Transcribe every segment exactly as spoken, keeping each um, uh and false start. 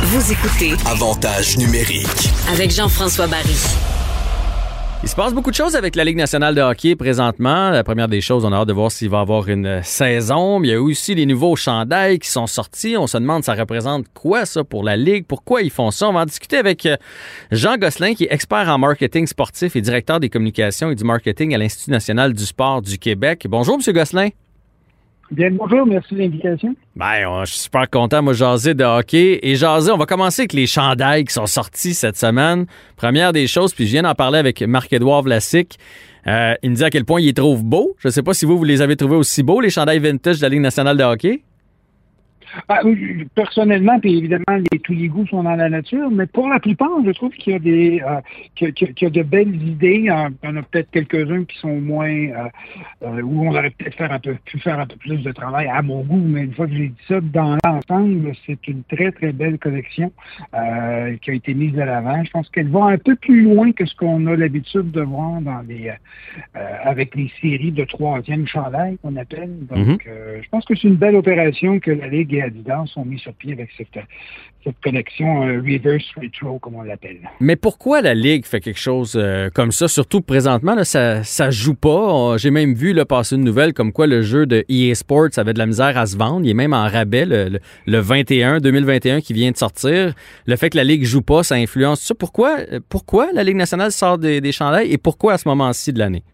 Vous écoutez Avantage numérique avec Jean-François Barry. Il se passe beaucoup de choses avec la Ligue nationale de hockey présentement. La première des choses, on a hâte de voir s'il va y avoir une saison. Mais il y a aussi les nouveaux chandails qui sont sortis. On se demande ça représente quoi ça pour la Ligue? Pourquoi ils font ça? On va en discuter avec Jean Gosselin, qui est expert en marketing sportif et directeur des communications et du marketing à l'Institut national du sport du Québec. Bonjour, M. Gosselin. Bien, bonjour, merci de l'invitation. Ben, on, je suis super content, moi, jaser de hockey. Et jaser, on va commencer avec les chandails qui sont sortis cette semaine. Première des choses, puis je viens d'en parler avec Marc-Édouard Vlasic. Euh, il me dit à quel point il les trouve beaux. Je ne sais pas si vous, vous les avez trouvés aussi beaux, les chandails vintage de la Ligue nationale de hockey. Ah, personnellement, puis évidemment, les, tous les goûts sont dans la nature, mais pour la plupart, je trouve qu'il y a des euh, qu'il y a, qu'il y a de belles idées. Il y en a peut-être quelques-uns qui sont moins euh, euh, où on aurait peut-être faire un peu, pu faire un peu plus de travail à mon goût, mais une fois que j'ai dit ça, dans l'ensemble, c'est une très, très belle collection euh, qui a été mise à l'avant. Je pense qu'elle va un peu plus loin que ce qu'on a l'habitude de voir dans les euh, avec les séries de troisième chandail qu'on appelle. Donc, mm-hmm. euh, je pense que c'est une belle opération que la Ligue et Adidas sont mis sur pied avec cette, cette collection euh, Reverse Retro, comme on l'appelle. Mais pourquoi la Ligue fait quelque chose euh, comme ça? Surtout présentement, là, ça ça joue pas. On, j'ai même vu là, passer une nouvelle comme quoi le jeu de E A Sports avait de la misère à se vendre. Il est même en rabais, le, le, le vingt et un, deux mille vingt et un qui vient de sortir. Le fait que la Ligue joue pas, ça influence ça. Pourquoi, pourquoi la Ligue nationale sort des, des chandails et pourquoi à ce moment-ci de l'année?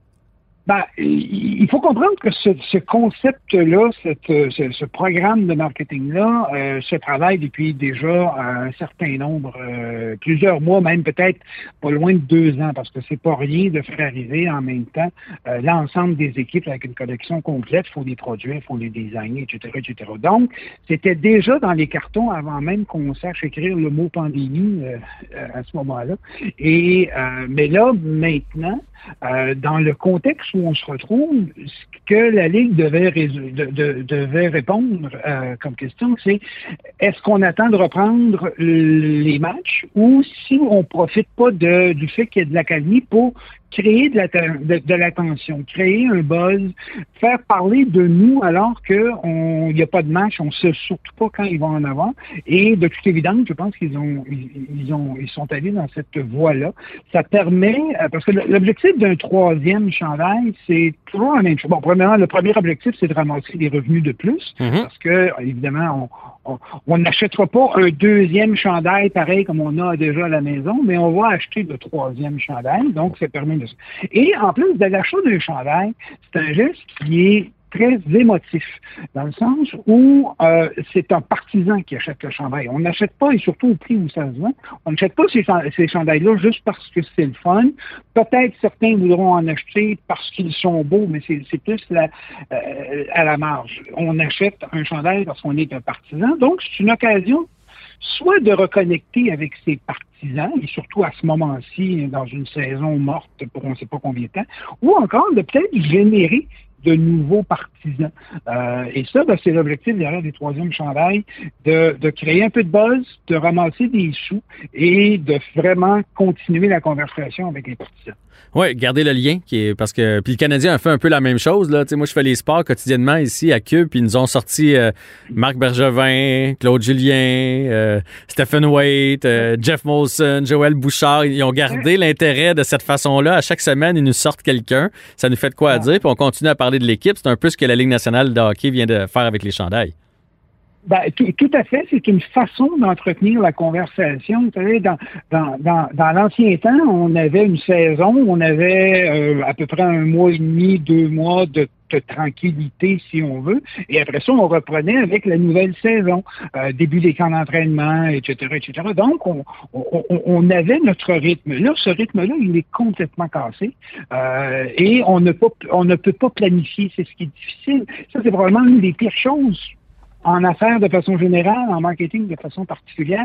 Ben, il faut comprendre que ce, ce concept-là, cette, ce, ce programme de marketing-là, euh, se travaille depuis déjà un certain nombre, euh, plusieurs mois, même peut-être pas loin de deux ans, parce que c'est pas rien de faire arriver en même temps euh, l'ensemble des équipes avec une collection complète. Il faut les produire, il faut les designer, et cetera, et cetera. Donc, c'était déjà dans les cartons avant même qu'on sache écrire le mot pandémie euh, à ce moment-là. Et euh, mais là, maintenant, euh, dans le contexte où on se retrouve, ce que la Ligue devait, résol- de, de, devait répondre euh, comme question, c'est est-ce qu'on attend de reprendre les matchs ou si on profite pas de, du fait qu'il y a de l'accalmie pour créer de, la, de, de l'attention, créer un buzz, faire parler de nous alors qu'il n'y a pas de match, on ne sait surtout pas quand ils vont en avoir. Et de toute évidence, je pense qu'ils ont, ils, ils ont, ils sont allés dans cette voie-là. Ça permet, parce que l'objectif d'un troisième chandail, c'est toujours la même chose. Bon, premièrement, le premier objectif, c'est de ramasser des revenus de plus, mm-hmm. parce que, évidemment, on on n'achètera pas un deuxième chandail pareil comme on a déjà à la maison, mais on va acheter le troisième chandail, donc ça permet de... Et en plus de l'achat d'un chandail, c'est un geste qui est très émotif, dans le sens où euh, c'est un partisan qui achète le chandail. On n'achète pas, et surtout au prix où ça se vend, on n'achète pas ces, ces chandails-là juste parce que c'est le fun. Peut-être certains voudront en acheter parce qu'ils sont beaux, mais c'est, c'est plus la, euh, à la marge. On achète un chandail parce qu'on est un partisan. Donc, c'est une occasion soit de reconnecter avec ses partisans, et surtout à ce moment-ci, dans une saison morte pour on ne sait pas combien de temps, ou encore de peut-être générer de nouveaux partisans. Euh, et ça, ben, c'est l'objectif derrière les troisièmes chandails, de, de créer un peu de buzz, de ramasser des sous et de vraiment continuer la conversation avec les partisans. Oui, garder le lien, qui est parce que puis le Canadien a fait un peu la même chose. Là. Moi, je fais les sports quotidiennement ici à Cube, puis ils nous ont sorti euh, Marc Bergevin, Claude Julien, euh, Stephen Waite, euh, Jeff Molson, Joël Bouchard. Ils ont gardé l'intérêt de cette façon-là. À chaque semaine, ils nous sortent quelqu'un. Ça nous fait de quoi à dire, puis on continue à parler de l'équipe. C'est un peu ce que la Ligue nationale de hockey vient de faire avec les chandails. Ben, tout, tout à fait. C'est une façon d'entretenir la conversation. Vous savez, dans, dans, dans, dans l'ancien temps, on avait une saison, on avait euh, à peu près un mois et demi, deux mois de de tranquillité, si on veut. Et après ça, on reprenait avec la nouvelle saison, euh, début des camps d'entraînement, et cetera, et cetera. Donc, on, on, on avait notre rythme. Là, ce rythme-là, il est complètement cassé. Euh, et on ne peut, on ne peut pas planifier. C'est ce qui est difficile. Ça, c'est probablement une des pires choses en affaires de façon générale, en marketing de façon particulière.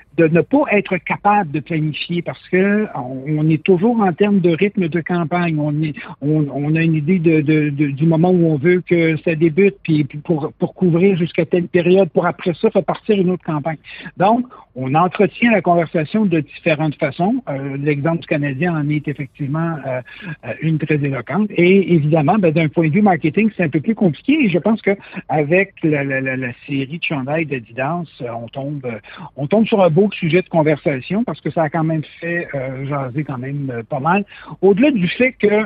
de ne pas être capable de planifier parce que on, on est toujours en termes de rythme de campagne. On, est, on, on a une idée de, de, de, du moment où on veut que ça débute, puis pour, pour couvrir jusqu'à telle période, pour après ça faire partir une autre campagne. Donc, on entretient la conversation de différentes façons. Euh, l'exemple du Canadien en est effectivement euh, une très éloquente. Et évidemment, ben, d'un point de vue marketing, c'est un peu plus compliqué. Et je pense qu'avec la, la, la, la série de chandails d'Adidas, on tombe, on tombe sur un beau sujet de conversation parce que ça a quand même fait euh, jaser quand même euh, pas mal. Au-delà du fait que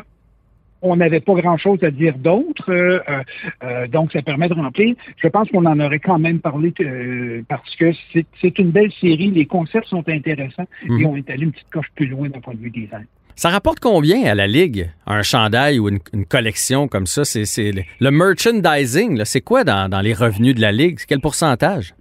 on n'avait pas grand-chose à dire d'autre, euh, euh, donc ça permet de remplir. Je pense qu'on en aurait quand même parlé euh, parce que c'est, c'est une belle série, les concepts sont intéressants mmh. et on est allé une petite coche plus loin d'un point de vue design. Ça rapporte combien à la Ligue, un chandail ou une, une collection comme ça? C'est, c'est le, le merchandising, là, c'est quoi dans, dans les revenus de la Ligue? C'est quel pourcentage?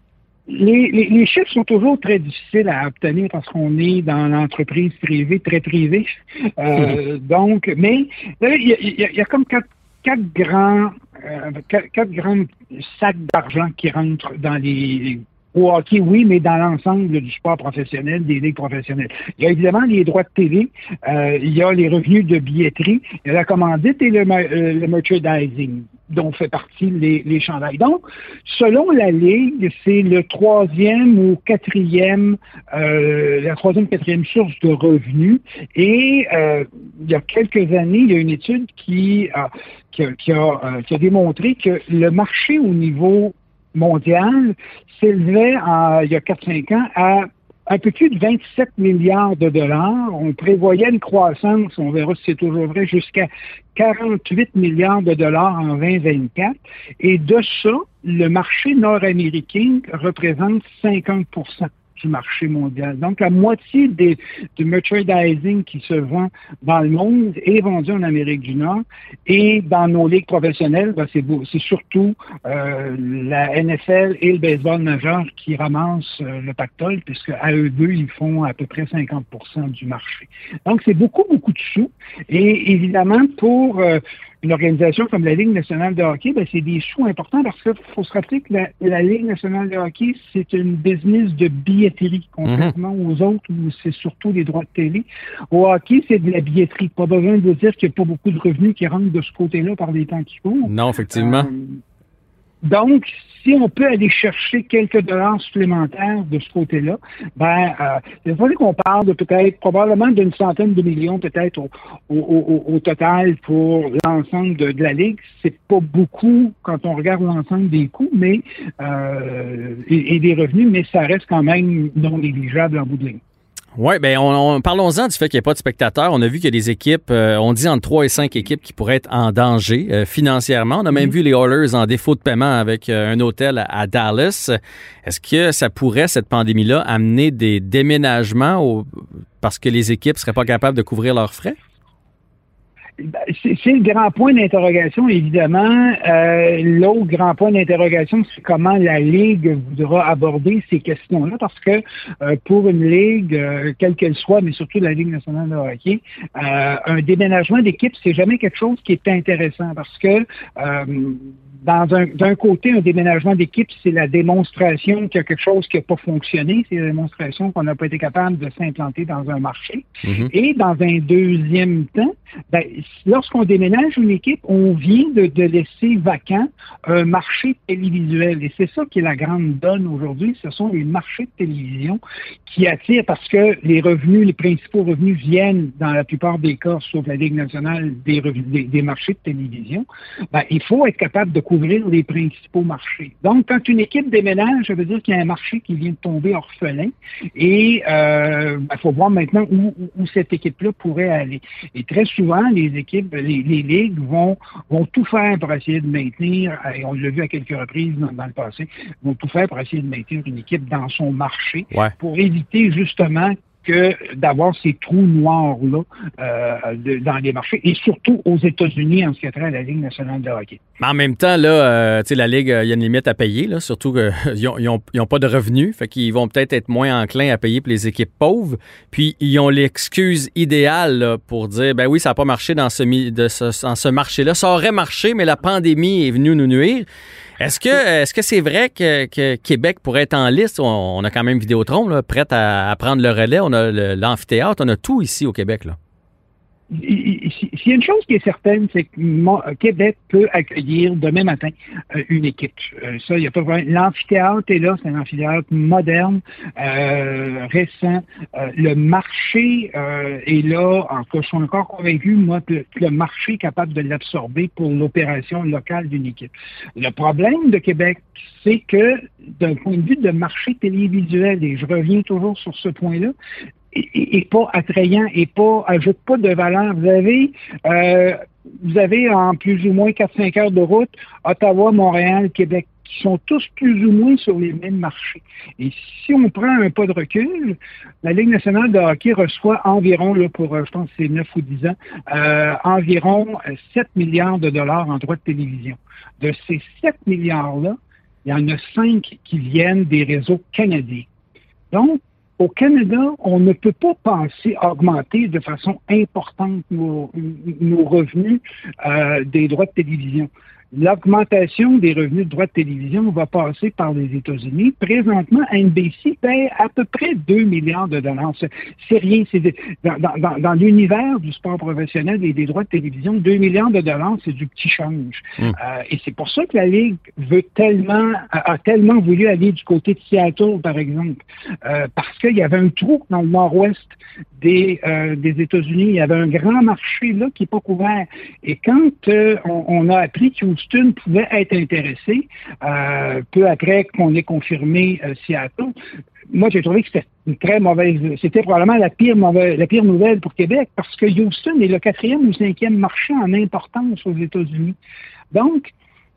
Les, les, les chiffres sont toujours très difficiles à obtenir parce qu'on est dans l'entreprise privée, très privée. Euh, donc, mais là, il y a, il y a, il y a comme quatre, quatre grands, euh, quatre, quatre grands sacs d'argent qui rentrent dans les au hockey, oui, mais dans l'ensemble du sport professionnel, des ligues professionnelles. Il y a évidemment les droits de télé, euh, il y a les revenus de billetterie, il y a la commandite et le, euh, le merchandising, dont fait partie les, les chandails. Donc, selon la Ligue, c'est le troisième ou quatrième, euh, la troisième, quatrième source de revenus. Et euh, il y a quelques années, il y a une étude qui a, qui a, qui a, euh, qui a démontré que le marché au niveau mondial s'élevait en, il y a quatre cinq ans à un peu plus de vingt-sept milliards de dollars. On prévoyait une croissance, on verra si c'est toujours vrai, jusqu'à quarante-huit milliards de dollars en vingt vingt-quatre. Et de ça, le marché nord-américain représente cinquante pour cent du marché mondial. Donc, la moitié des, du merchandising qui se vend dans le monde est vendu en Amérique du Nord. Et dans nos ligues professionnelles, ben, c'est, c'est surtout euh, la N F L et le baseball majeur qui ramassent euh, le pactole, puisque à eux deux, ils font à peu près cinquante pour cent du marché. Donc, c'est beaucoup, beaucoup de sous. Et évidemment, pour euh, une organisation comme la Ligue nationale de hockey, ben, c'est des sous importants parce qu'il faut se rappeler que la, la Ligue nationale de hockey, c'est une business de billetterie, contrairement mmh. aux autres où c'est surtout des droits de télé. Au hockey, c'est de la billetterie. Pas besoin de dire qu'il n'y a pas beaucoup de revenus qui rentrent de ce côté-là par les temps qui courent. Non, effectivement. Euh, donc, si on peut aller chercher quelques dollars supplémentaires de ce côté-là, ben, euh, il faut qu'on parle de peut-être, probablement d'une centaine de millions peut-être au, au, au, au total pour l'ensemble de, de la Ligue. C'est pas beaucoup quand on regarde l'ensemble des coûts, mais euh, et, et des revenus, mais ça reste quand même non négligeable en bout de ligne. Oui, bien, on, on, parlons-en du fait qu'il n'y a pas de spectateurs. On a vu qu'il y a des équipes, euh, on dit entre trois et cinq équipes qui pourraient être en danger euh, financièrement. On a même mmh. vu les Oilers en défaut de paiement avec euh, un hôtel à, à Dallas. Est-ce que ça pourrait, cette pandémie-là, amener des déménagements au, parce que les équipes ne seraient pas capables de couvrir leurs frais? C'est, c'est le grand point d'interrogation, évidemment. Euh, l'autre grand point d'interrogation, c'est comment la Ligue voudra aborder ces questions-là, parce que euh, pour une Ligue, euh, quelle qu'elle soit, mais surtout la Ligue nationale de hockey, euh, un déménagement d'équipe, c'est jamais quelque chose qui est intéressant, parce que euh, dans un, d'un côté, un déménagement d'équipe, c'est la démonstration qu'il y a quelque chose qui n'a pas fonctionné, c'est la démonstration qu'on n'a pas été capable de s'implanter dans un marché. Mm-hmm. Et dans un deuxième temps, ben, lorsqu'on déménage une équipe, on vient de, de laisser vacant un marché télévisuel. Et c'est ça qui est la grande donne aujourd'hui. Ce sont les marchés de télévision qui attirent parce que les revenus, les principaux revenus viennent, dans la plupart des cas, sauf la Ligue nationale, des, revenus, des, des marchés de télévision. Ben, il faut être capable de couvrir les principaux marchés. Donc, quand une équipe déménage, ça veut dire qu'il y a un marché qui vient de tomber orphelin. Et il euh, ben, faut voir maintenant où, où cette équipe-là pourrait aller. Et très souvent, les équipes, les, les ligues vont, vont tout faire pour essayer de maintenir, et on l'a vu à quelques reprises dans, dans le passé, vont tout faire pour essayer de maintenir une équipe dans son marché ouais. pour éviter justement que d'avoir ces trous noirs-là euh, de, dans les marchés, et surtout aux États-Unis en ce qui a trait à la Ligue nationale de hockey. Mais en même temps, là, euh, tu sais, la Ligue, il y a une limite à payer, là, surtout qu'ils n'ont ils ont pas de revenus, fait qu'ils vont peut-être être moins enclins à payer pour les équipes pauvres, puis ils ont l'excuse idéale là, pour dire, ben oui, ça n'a pas marché dans ce, de ce, dans ce marché-là. Ça aurait marché, mais la pandémie est venue nous nuire. Est-ce que est-ce que c'est vrai que, que Québec pourrait être en liste? On, on a quand même Vidéotron, là, prête à, à prendre le relais. On a le, l'amphithéâtre, on a tout ici au Québec, là. S'il y a une chose qui est certaine, c'est que Québec peut accueillir demain matin euh, une équipe. Euh, ça, il n'y a pas de problème. L'amphithéâtre est là, c'est un amphithéâtre moderne, euh, récent. Euh, le marché euh, est là. En tout cas, je suis encore convaincu, moi, que le marché est capable de l'absorber pour l'opération locale d'une équipe. Le problème de Québec, c'est que d'un point de vue de marché télévisuel, et je reviens toujours sur ce point-là, et, et pas attrayant et pas ajoute pas de valeur. Vous avez euh, vous avez en plus ou moins quatre à cinq heures de route Ottawa, Montréal, Québec, qui sont tous plus ou moins sur les mêmes marchés. Et si on prend un pas de recul, la Ligue nationale de hockey reçoit environ, là, pour je pense que c'est neuf ou dix ans, euh, environ sept milliards de dollars en droits de télévision. De ces sept milliards-là, il y en a cinq qui viennent des réseaux canadiens. Donc, au Canada, on ne peut pas penser augmenter de façon importante nos, nos revenus euh, des droits de télévision. L'augmentation des revenus de droits de télévision va passer par les États-Unis. Présentement, N B C paie à peu près deux milliards de dollars. C'est rien. C'est de, dans, dans, dans l'univers du sport professionnel et des droits de télévision, deux milliards de dollars, c'est du petit change. Mmh. Euh, et c'est pour ça que la Ligue veut tellement, a, a tellement voulu aller du côté de Seattle, par exemple, euh, parce qu'il y avait un trou dans le nord-ouest des, euh, des États-Unis. Il y avait un grand marché là qui n'est pas couvert. Et quand euh, on, on a appris que Houston pouvait être intéressé, euh, peu après qu'on ait confirmé euh, Seattle, moi j'ai trouvé que c'était une très mauvaise, c'était probablement la pire mauvaise, la pire nouvelle pour Québec, parce que Houston est le quatrième ou cinquième marché en importance aux États-Unis. Donc,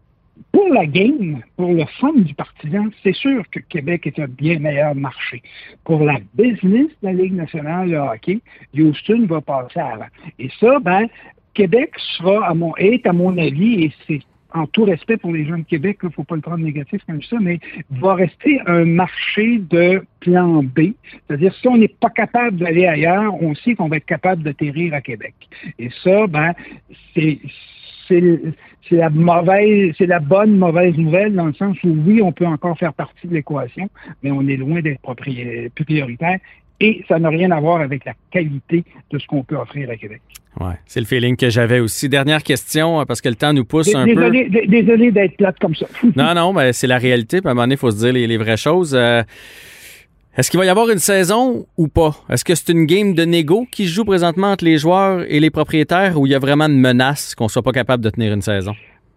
pour la game, pour le fun du partisan, c'est sûr que Québec est un bien meilleur marché. Pour la business de la Ligue nationale de hockey, Houston va passer avant. Et ça, ben, Québec sera, à mon, est à mon avis, et c'est en tout respect pour les gens de Québec, il ne faut pas le prendre négatif comme ça, mais va rester un marché de plan B. C'est-à-dire, si on n'est pas capable d'aller ailleurs, on sait qu'on va être capable d'atterrir à Québec. Et ça, ben, c'est... C'est, c'est la mauvaise, c'est la bonne mauvaise nouvelle dans le sens où oui, on peut encore faire partie de l'équation, mais on est loin d'être propri- prioritaire et ça n'a rien à voir avec la qualité de ce qu'on peut offrir à Québec. Ouais, c'est le feeling que j'avais aussi. Dernière question, parce que le temps nous pousse un désolé, peu. D- désolé d'être plate comme ça. non, non, mais c'est la réalité. Puis à un moment donné, il faut se dire les, les vraies choses. Euh, Est-ce qu'il va y avoir une saison ou pas? Est-ce que c'est une game de négo qui se joue présentement entre les joueurs et les propriétaires ou il y a vraiment une menace qu'on ne soit pas capable de tenir une saison?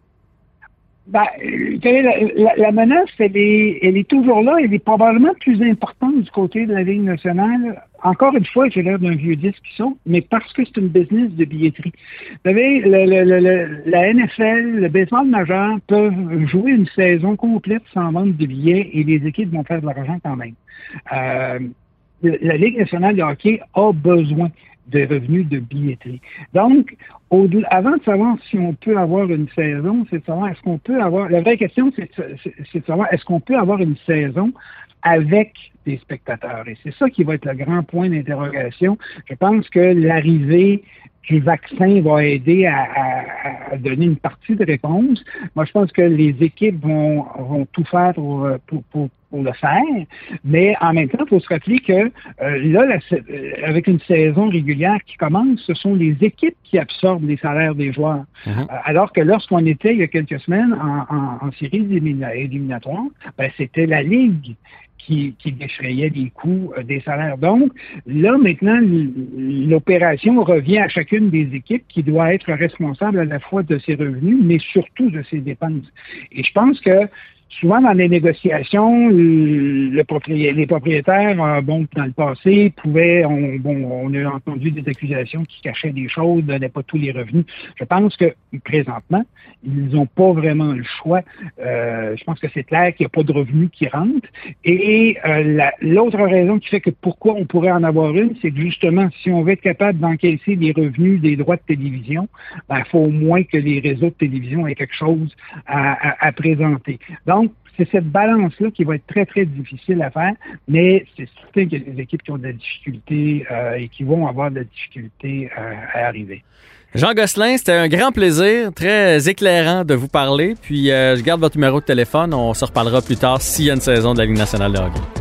Ben, la, la, la menace, elle est, elle est toujours là. Elle est probablement plus importante du côté de la Ligue nationale. Encore une fois, j'ai l'air d'un vieux disque qui saute, mais parce que c'est une business de billetterie. Vous savez, le, le, le, la N F L, le baseball majeur peuvent jouer une saison complète sans vendre de billets et les équipes vont faire de l'argent quand même. Euh, la Ligue nationale de hockey a besoin de revenus de billetterie. Donc, au, avant de savoir si on peut avoir une saison, c'est de savoir est-ce qu'on peut avoir... La vraie question, c'est, c'est, c'est de savoir est-ce qu'on peut avoir une saison avec des spectateurs. Et c'est ça qui va être le grand point d'interrogation. Je pense que l'arrivée du vaccin va aider à, à, à donner une partie de réponse. Moi, je pense que les équipes vont, vont tout faire pour, pour, pour, pour le faire, mais en même temps, il faut se rappeler que euh, là, la, avec une saison régulière qui commence, ce sont les équipes qui absorbent les salaires des joueurs. Uh-huh. Euh, alors que lorsqu'on était, il y a quelques semaines, en, en, en séries éliminatoires, ben, c'était la Ligue Qui, qui défrayait les coûts euh, des salaires. Donc, là, maintenant, l'opération revient à chacune des équipes qui doit être responsable à la fois de ses revenus, mais surtout de ses dépenses. Et je pense que souvent, dans les négociations, le propriétaire, les propriétaires, euh, bon, dans le passé, pouvaient, on, bon, on a entendu des accusations qui cachaient des choses, ne donnaient pas tous les revenus. Je pense que, présentement, ils n'ont pas vraiment le choix. Euh, je pense que c'est clair qu'il n'y a pas de revenus qui rentrent. Et euh, la, l'autre raison qui fait que pourquoi on pourrait en avoir une, c'est que justement, si on veut être capable d'encaisser les revenus des droits de télévision, ben, il faut au moins que les réseaux de télévision aient quelque chose à, à, à présenter. Donc, Donc, c'est cette balance-là qui va être très, très difficile à faire, mais c'est certain qu'il y a des équipes qui ont de la difficulté euh, et qui vont avoir de la difficulté euh, à arriver. Jean Gosselin, c'était un grand plaisir, très éclairant de vous parler. Puis euh, je garde votre numéro de téléphone. On se reparlera plus tard s'il y a une saison de la Ligue nationale de hockey.